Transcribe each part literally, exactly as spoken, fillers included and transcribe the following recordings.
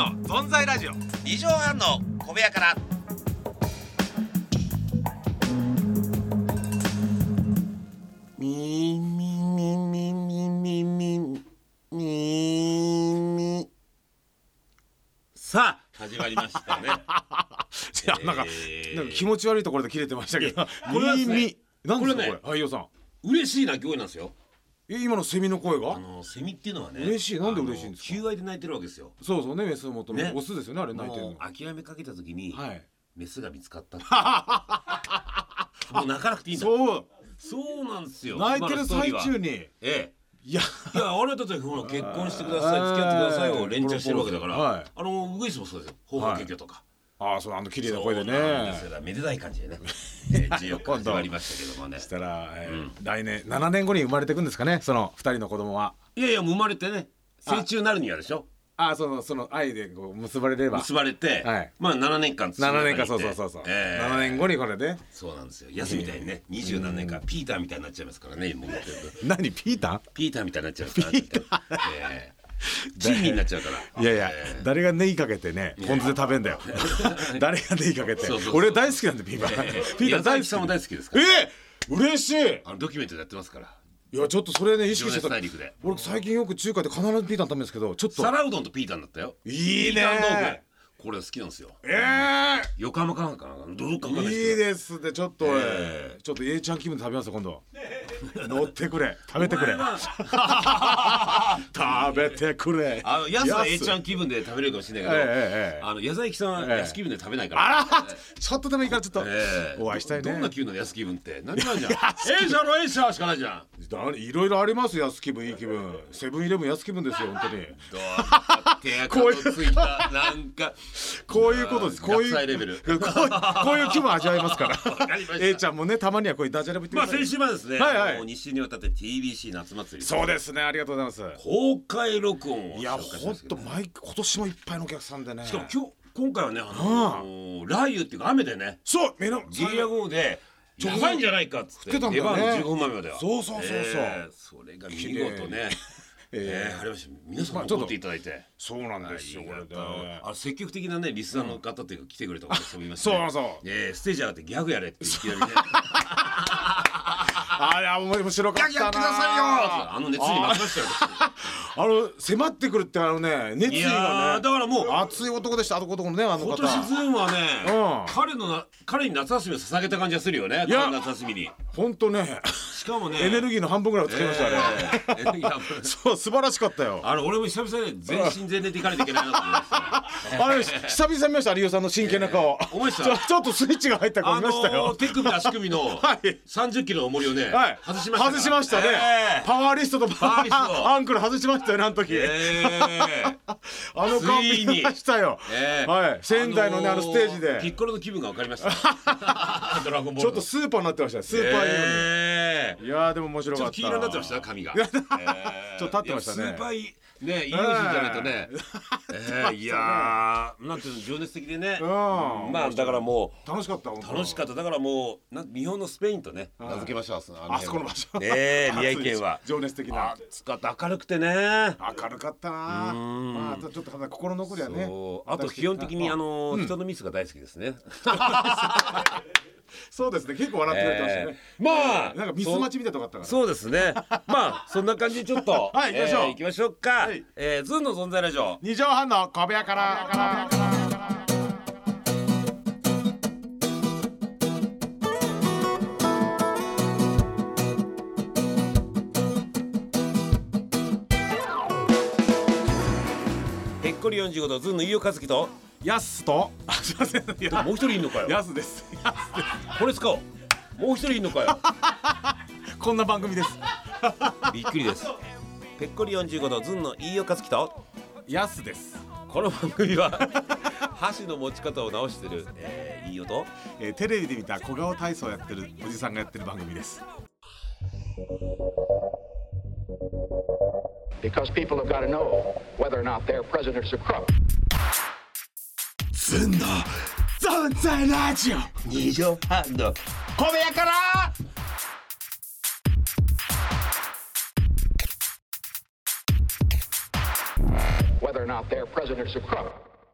の存在ラジオ二畳半の小部屋から。 みみみみみみみみみ。 さあ始まりましたね。 いやなんか、 えー、 なんか気持ち悪いところで切れてましたけど、 これはですね、 なんですかこれ、 これね、 はいよさん、 嬉しい鳴き声なんですよ。 え今のセミの声があのセミっていうのはね、 嬉しい。なんで嬉しいんですか。 求愛で鳴いてるわけですよ。 そうそうね、メスを求める、 ね、 オスですよね、あれ鳴いてるの。 もう諦めかけた時に、 はい、 メスが見つかったもう泣かなくていいんだ。 そうそうなんですよ。 泣いてる最中に、 ええ、 いやいやあなたたちほら結婚してください、付き合ってくださいを連チャンしてるわけだから、 はい、 あのウグイスもそうですよ。方法結局とか、 はい、ああそう、あの綺麗な声でね。 そうなんですよ。めでたい感じでね、えー、じゅうよっか始まりましたけどもね。 したら、えーうん、 来年ななねんごに生まれていくんですかね、そのふたりの子供は。 いやいや生まれてね、成虫になるにはでしょ。 ああそのその愛でこう結ばれれば結ばれて、はい、まあななねんかんななねんかん、そうそうそうそう、えー、ななねんごにこれで、 そうなんですよ。ヤスみたいにね、にじゅうなんねんかんピーターみたいになっちゃいますからね。もう何ピーターピーターみたいになっちゃうから、ピーター、えーチーミーになっちゃうから。 いやいや、えー、誰がネギかけてねポン酢で食べんだよ誰がネギかけて。そうそうそう、俺大好きなんでピーター、えー、ピーター大好き。さんも大好きですから。えー、嬉しい。 あのドキュメントでやってますから。 いやちょっとそれね意識してた。俺最近よく中華で必ずピーター食べるんですけど、ちょっと皿うどんとピーターになったよ。 いいね。 これ好きなんですよ。 えー、 横浜かなんかな、どうかわかんないですけど。いいですね。ちょっと、えー、ちょっと A ちゃん気分で食べますよ今度。乗ってくれ、食べてくれ食べてくれ。 あのヤスは A ちゃん気分で食べれるかもしれないけど、えー、あの矢沢永吉さんはヤス気分で食べないから、 えー、あら、ちょっとでもいいからちょっと、えー、お会いしたいね。 どんな気分のヤス気分って何なんじゃん。A 社の A 社しかないじゃん。 いろいろありますよ。ヤス気分、いい気分、セブンイレブンヤス気分ですよ本当に。 手垢のついたなんかこういうことです。こういうレベルこうこういう気分味わえますから。A ちゃんもねたまにはこういうダジャレぶってください。 まあ先週はですね、 はいはい、 もうに週にわたって ティービーシー 夏祭り。 そうですね、ありがとうございます。 公開録音を。 いやほんと毎今年もいっぱいのお客さんでね。 しかも今日今回はね、あのー、雷雨っていうか雨でね、 そう目のゲリラ豪雨でやばいんじゃないかっつって、出番じゅうごふんまえまでは。 そうそうそうそう、 えー、それが見事ねえー、ありました。皆さんも怒っていただいて、 そうなんですよ。これであ積極的なねリスナーの方っていうか来てくれた方もいました。 そうそう、 えー、ステージ上がってギャグやれっていきなりねあれ面白かったな。 ギャグやってくださいよ。あの熱に負けましたよ。 あの迫ってくるってあのね熱意がね、 だからもう熱い男でした。あの男のね、あの方。 今年ズームはね、彼のな彼に夏休みを捧げた感じがするよね。夏休みに本当ね、 しかもねエネルギーの半分ぐらいをつけましたね。そう素晴らしかったよ。 あの俺も久々に全身全霊でいかないといけないなと思いました。 あれ久々見ました。有吉さんの真剣な顔。 思いました。 ちょっとスイッチが入った顔見ましたよ。 手首足首のさんじゅっキロの重りをね外しました。 外しましたね。パワーリストとパワーリストアンクル外しましたよねあの時。あの顔見ましたよ。はい、仙台のねあのステージでピッコロの気分が分かりました。ドラゴンボールちょっとスーパーになってました。スーパーヒーローに。いやでも面白かった。 ちょっと黄色になってました髪が。ちょっと立ってましたね。 スーパーいね、いい用心じゃないとね。いやーなんていうの情熱的でね。まあだからもう楽しかった。 楽しかった。だからもう日本のスペインとね名付けましょう。 あそこの場所。 ね宮城県は情熱的な。 使って明るくてね。 明るかったな。まあちょっと心残りはね。 あと基本的にあの人のミスが大好きですね。 そうですね、結構笑ってくれてましたね。 まあなんかミス待ちみたいなとこあったから。 そうですね。まあそんな感じでちょっとはい行きましょう。 行きましょうか。えズンの存在ラジオ二畳半の小部屋から。 ぺっこりよんじゅうごどズンの飯尾和樹とヤスと、あ、すいません。 もう一人いんのかよ。 ヤスです。ヤスです。 これ使おう。もう一人いんのかよ。 こんな番組です。 びっくりです。ぺっこりよんじゅうごどズンの飯尾和樹とヤスです。 この番組は箸の持ち方を直してる、えー、飯尾と、 えー、テレビで見た小顔体操をやってるおじさんがやってる番組です。 Because people have got to know whether or not their president's a crook. ズンの存在ラジオ二畳半の小部屋から。 Whether or not their president's a crook.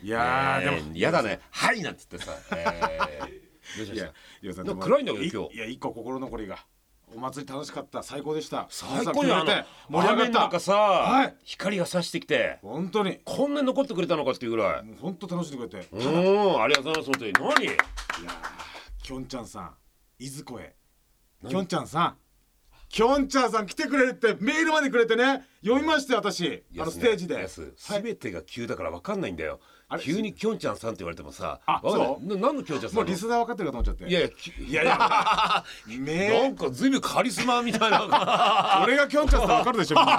いやー、 えー、 でもやだねはいなんつってさ、えー、どうしました？ いやなんか暗いんだけど今日。 いや一個心残りが、お祭り楽しかった、最高でした。 最高じゃん。 盛り上がった。 なんかさ、はい、光が差してきて本当にこんなに残ってくれたのかっていうぐらい本当楽しんでくれて、 うんありがとうございます。本当に何？いやきょんちゃんさんいずこへ、きょんちゃんさんきょんちゃんさん来てくれるってメールまでくれてね、読みましたよ私、あのステージで。 すべてが急だから分かんないんだよ。急にきょんちゃんさんって言われてもさ、 あ、そうな何のきょんちゃんさん？ もうリスナー分かってるかと思っちゃって。 いやいやいやいやめなんかずいぶんカリスマみたいな俺がきょんちゃんさん分かるでしょみんな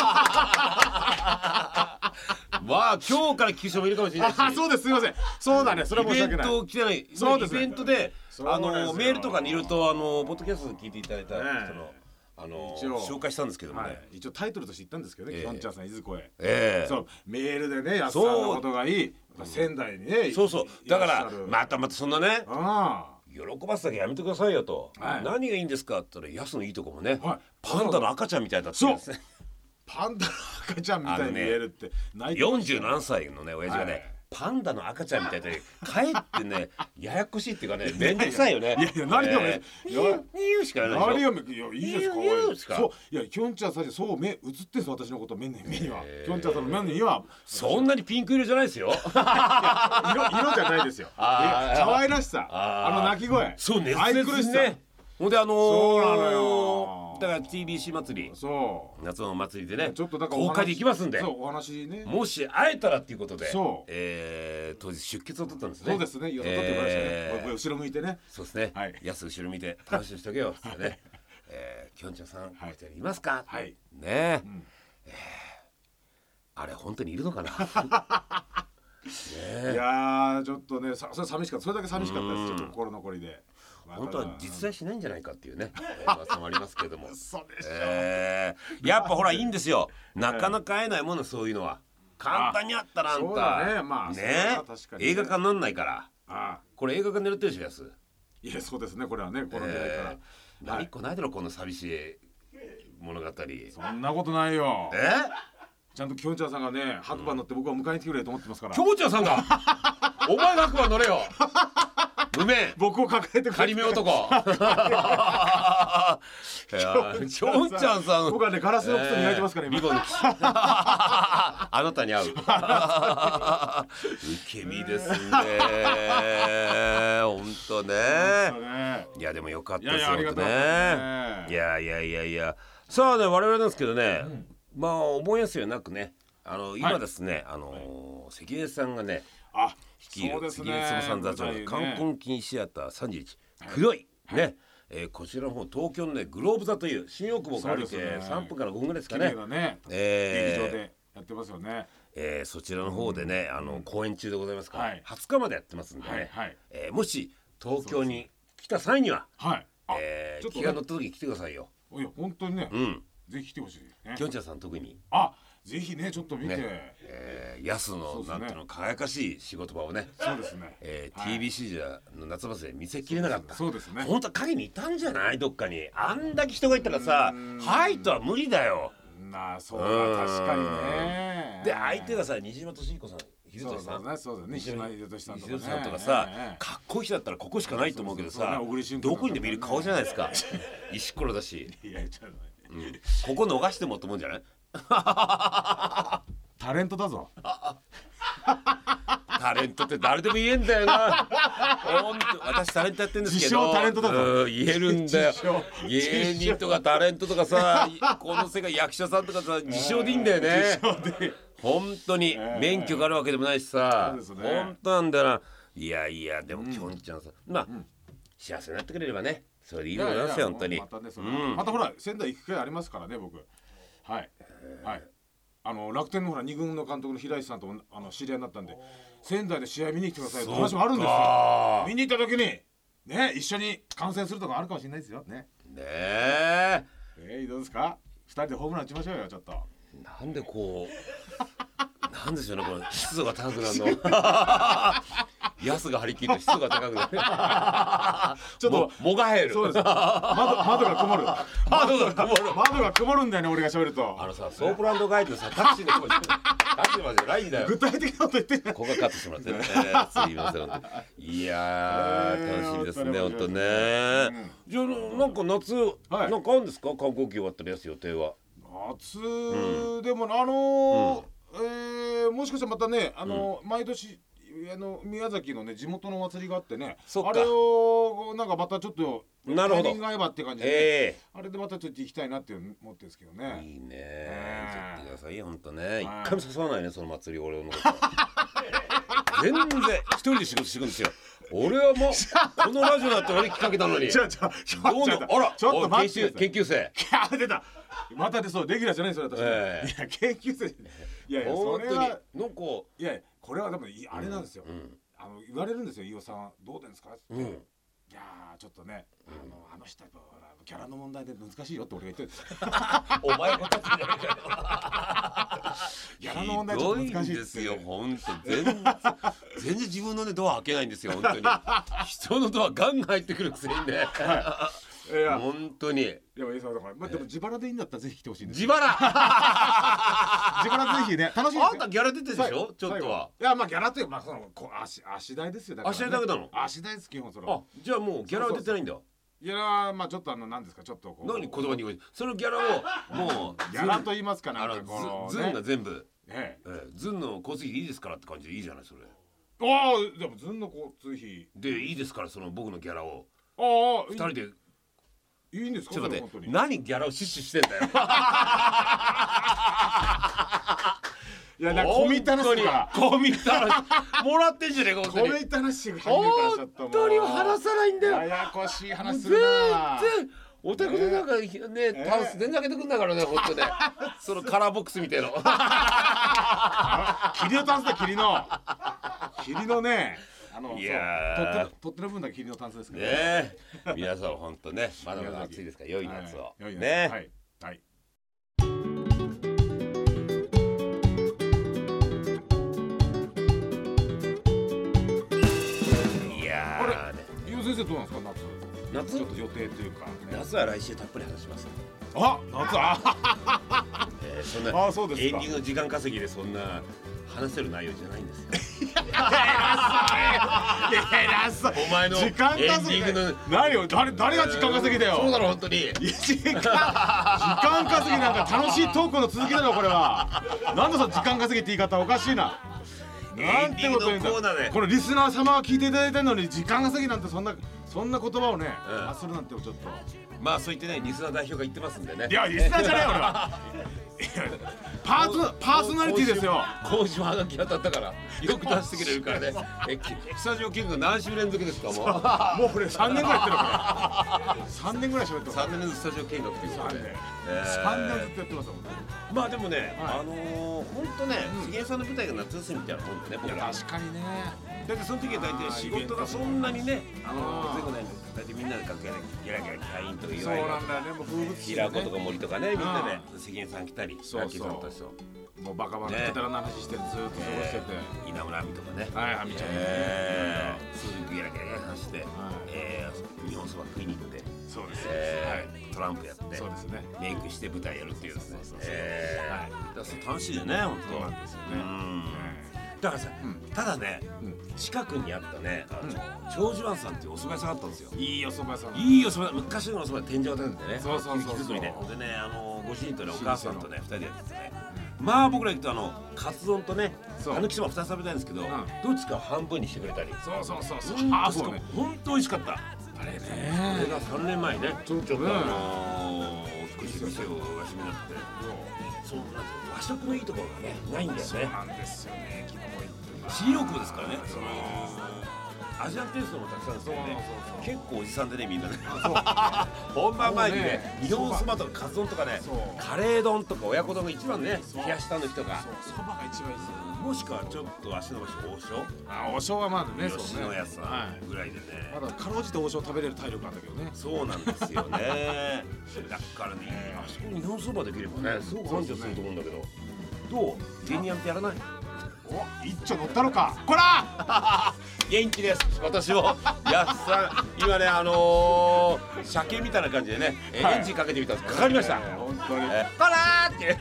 まあ今日から聞く人もいるかもしれないし。 あ、そうです、すみません。そうだね、それは申し訳ない。 イベント来てない。 そうです、 イベントであのメールとかにいるとあのポッドキャスト聞いていただいた人のあの紹介したんですけどもね、 一応タイトルとして言ったんですけどね、きょんちゃんさんいずこへ。そうメールでね、やっさんのことがいい、仙台にね。 そうそう、だからまたまたそんなね喜ばせだけやめてくださいよと、何がいいんですかって言ったら、やすのいいとこもね、パンダの赤ちゃんみたいだったんですね。 パンダの赤ちゃんみたいに見えるってよんじゅうなんさいのね親父がね、パンダの赤ちゃんみたいでかえってねややこしいっていうかね、めんどくさいよね。 いやいや何がめ言うしかないでしょ。 何がいやいいですか、 言うしか。 そういや、きょんちゃんさんそう目映ってんす、私のこと目に目にはきょんちゃんさんの目にはそんなにピンク色じゃないですよ。 色色じゃないですよ。可愛らしさ、あの鳴き声、 そう熱烈ね。ほんであのそうなのよ、 だから ティービーシー 祭り、 そう夏の祭りでね、 ちょっとだから公開で行きますんで、 そうお話ね、 もし会えたらっていうことで、 そう、 えー、当日出血を取ったんですね。 そうですね、いや取ってもらいましたね。後ろ向いてね。 そうですね。やす後ろ見て楽しみにしとけよってね。えー、きょんちゃんさんふたりいますか。はい。ねえ。あれ本当にいるのかな。 いやちょっとね、それ寂しかった、それだけ寂しかったです。ちょっと心残りで。 本当は実在しないんじゃないかっていうね噂もありますけれども。 そうでしょ。 えー、やっぱほらいいんですよ。なかなか会えないもの、そういうのは簡単にあったらあんたね、まあね、映画化になんないから。あこれ映画化狙ってるでしょ、やす。 いや、そうですね、これはね、この時代から何個ないだろこの寂しい物語。 そんなことないよ。 えちゃんときょんちゃんさんがね白馬乗って僕は迎えに来てくれと思ってますから。 きょんちゃんさんがお前が白馬乗れよ。無名僕を抱えて仮名男。きょんちゃんさん、 僕はねガラスの靴に焼いてますから今。 リボンあなたに合う。受け身ですね。本当ね。いやでもよかったですよね。いやいやいやいや。さあね、我々なんですけどね、まあ思いやすいよなくね、あの今ですね、あの関根さんがね、 あ率いる関根勤さん座長の冠婚金シアターさんじゅういち黒いね、えー、こちらの方東京のねグローブ座という新大久保から歩いてさんぷんからごふんぐらいですかね。 えー、劇場でやってますよね。 えー、そちらの方でね、あの公演中でございますから、はい、はつかまでやってますんでね、はいはい、えー、もし東京に来た際には、はい、えー、気が乗った時に来てくださいよ。 いや本当にね、うん、ぜひ来てほしいね。 きょんちゃんさん特に。 あ、ぜひねちょっと見て、ね、 えー、やすの、ね、なんていうの輝かしい仕事場をね、 そうですね、 えーはい、ティービーシー じゃの夏祭り見せきれなかった。 そうですね。 本当は影にいたんじゃない、どっかに。あんだけ人がいたらさ、はいとは無理だよ。 なあ、そうだ、確かにね。 で相手がさ、西島敏彦さん、秀俊さん、 西島秀俊さんとかね、 さんとかさ、かっこいい人だったらここしかないと思うけどさ、どこにでもいる顔じゃないですか。石ころだし。いや、ちょっとね、うん、ここ逃してもと思うんじゃない？ タレントだぞ。 タレントって誰でも言えんだよな。私タレントやってるんですけど、 自称タレントだぞ。 言えるんだよ。芸人とかタレントとかさ、この世界役者さんとかさ、自称でいいんだよね。本当に免許があるわけでもないしさ、本当なんだよな。いやいや、でもきょんちゃんさ、まあ幸せになってくれればね、それでいいと思いますよ、本当に。 またね、またほら仙台行く機会ありますからね、僕。はいはい。あの楽天のほらに軍の監督の平石さんとあの知り合いになったんで、仙台で試合見に来てくださいって話もあるんですよ。見に行った時にね、一緒に観戦するとかあるかもしれないですよね。 ねえ。 えー、どうですか？二人でホームラン打ちましょうよ、ちょっと。 なんでこうなんでしょうね、これ湿度が高くなるの。 ヤスが張り切って湿度が高くなるちょっともが入る。 そうです。窓窓が曇る。 窓が曇る。 窓が曇るんだよね、俺が喋ると。 あのさ、ソープランドガイドさ、タクシーで来い。タクシーまでないんだよ。 具体的なこと言ってない。 ここがカットしてもらってね。すいません。いやー、楽しみですね、本当ね。じゃあなんか夏なんかあるんですか、観光期終わったらやす予定は。 夏でもあのえもしかしたらまたね、あの毎年あの宮崎のね地元のお祭りがあってね、あれをなんかまたちょっとなるほど、 タイミング合えばって感じで、ねえー、あれでまたちょっと行きたいなって思ってるんですけどね。 いいね、行ってくださいよ本当ね。一回も誘わないね、その祭り俺のこと全然一人で仕事してくんですよ。俺はもうこのラジオだって俺にきかけたのに。 ちょちょちょどうあらちょっと待って、 研究生出たまたで、そうレギュラーじゃないですよ私、えー、いや研究生いやいやそれはなんかいやこれはでもあれなんですよ、うん、あの言われるんですよ、飯尾さんどうですかって、うん、いやちょっとね、あのあの人やっぱキャラの問題で難しいよって俺が言ってるんですお前が立つんじゃないかギャラの問題ちょっと難しいですよ本当。全然全然自分のねドア開けないんですよ本当に。人のドアガンガン入ってくるくせにね、はい、いや本当に。いやいやだから、まあ、でも自腹でいいんだったらぜひ来てほしいんです。 自腹自腹ぜひね、楽しいですよ。 あんたギャラ出てるでしょちょっとは。 いやまあギャラというかまあそのこ足足代ですよ。だから、 ね、足代だけなの。 足代です基本それ。 あじゃあもうギャラは出てないんだ。 ギャラはまあちょっとあの何ですかちょっとこう何言葉にそのギャラをもうギャラと言いますかなんかこのズンが全部、 ねええズンの交通費いいですからって感じでいいじゃないそれ。 ああでもズンの交通費でいいですからその僕のギャラを。 ああ二人でいいんですか。 ちょっと待って何ギャラを死守してんだよ。 いやな込み入った話が込み入った話もらってんじゃねえか。 込み入った話が本当に話さないんだよ。 ややこしい話するな。 全然お宅の中ねタンス全然開けてくんだからね本当ね。そのカラーボックスみたいな。 霧のタンスだ霧の霧のね。あのいや取ってる分だけ霧のタンスですからね。皆さん本当ねまだまだ暑いですから良い夏をね。 はいはい。先生どうなんですか夏。夏ちょっと予定というか、ね、 夏は来週たっぷり話します。 あ夏あ、 えー、そんなあそうですエンディングの時間稼ぎでそんな話せる内容じゃないんですよ。偉そうお前の時間稼ぎ何よ誰誰が時間稼ぎだよ。 そうだろ本当に。 時間時間稼ぎなんか楽しいトークの続きだろこれは。なんだその時間稼ぎって言い方おかしいな。なんてこと言うんだ。このリスナー様が聞いていただいてるのに時間稼ぎなんてそんなそんな言葉をね発するなんてちょっとまあそう言ってねリスナー代表が言ってますんでね。 いやリスナーじゃないよ俺は。パーツパーソナリティですよ。 今週はがき当たったからよく出してくれるからね。えスタジオキング何週連続ですかもう。 もうこれさんねんぐらいやってるから。さんねんぐらい喋ってます。 さんねん連続スタジオ見学っていうことで。 さんねんずっとやってますもん。 まあでもねあの本当ねしげんさんの舞台が夏休みみたいなもんでね。 いや確かにね。 だってその時は大体仕事がそんなにねあの前後ないんで大体みんなで楽屋でギャラギャラキャインとか言われる。 そうなんだよねもう風物詩ね。 平子とか森とかねみんなでしげんさん来たりラッキーさんたちと。 もうバカバカくだらない話してずっと過ごしてて稲村亜美とかねはい亜美ちゃんねそういうギャラギャラ話して日本そば食いに行ってそうですトランプやってそうですねメイクして舞台やるっていうですね楽しいよね本当。 そうなんですよね。 だからさただね近くにあったね長寿庵さんっていうお蕎麦屋さんがあったんですよ。 いいお蕎麦屋さん。 いいお蕎麦昔のお蕎麦天井が立ててねそうそうそう作りででねあのご主人とねお母さんとねふたりでやっててねまあ僕ら行くとあのカツ丼とねあのきそばふたつ食べたいんですけどどっちか半分にしてくれたりそうそうそうそうハーフね本当美味しかった。あれねこれがさんねんまえねちょっとあの少し店をお休みになってそうなんですよ和食のいいところがねないんだよね。 そうなんですよね。 新大久保ですからねそのアジアンテイストもたくさんですよね。結構おじさんでねみんなね本番前にね日本そばとかカツ丼とかねカレー丼とか親子丼が一番ね冷やしたの人がそばが一番いいですよ。 もしくはちょっと足伸ばし王将あ王将はまだね吉野家さんぐらいでねまだかろうじて王将食べれる体力なんだけどね。 そうなんですよね。だからねあそこに日本そばできればねすごく繁盛すると思うんだけどどう芸人やってやらないお一丁乗ったのかこら元気です私もやっさん今ねあのー、鮭みたいな感じでね、えーはい、エンジンかけてみたんですかかりました、えー、 本当に、 えー、こらーって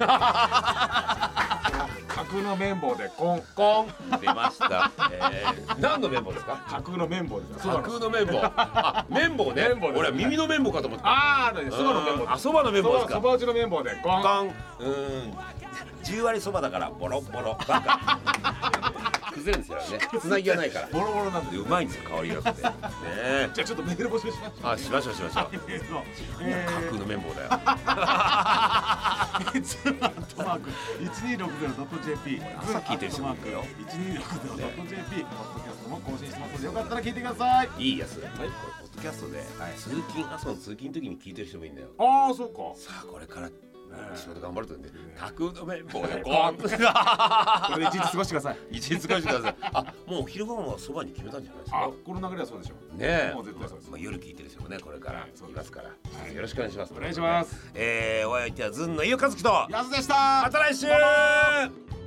架空の綿棒でコンコン出ました、えー、何の綿棒ですか架空の綿棒です架空の綿棒あ綿棒ね棒俺は耳の綿棒かと思ったああそばの綿棒あそばの綿棒ですかそば打ちの綿棒でコンコンうんじゅう割そばだからボロボロバカ崩れるんですよねつなぎがないからボロボロなんでうまいんですよ香りが良くてねじゃあちょっとメール募集しましょうあしましょうしましょうえー、架空の綿棒だよいちにーろくゼロドットジェーピー朝聞いてる人もいるよいちにーろくゼロドットジェーピー ポッドキャストも更新してますのでよかったら聞いてくださいいいやつ、はい、これポッドキャストで、はい、通勤朝の通勤の時に聞いてる人もいるんだよああそうかさあこれから仕事頑張るとんで架空の綿棒でコンこれで一日過ごしてください一日過ごしてくださいあもう昼間はそばに決めたんじゃないですかあこの流れはそうでしょうねえもう絶対そうです、 まあ、夜聞いてる人もねこれからいますから、はい、よろしくお願いしますお願いしますえー、お相手はずんの飯尾和樹とやすでしたまた来週。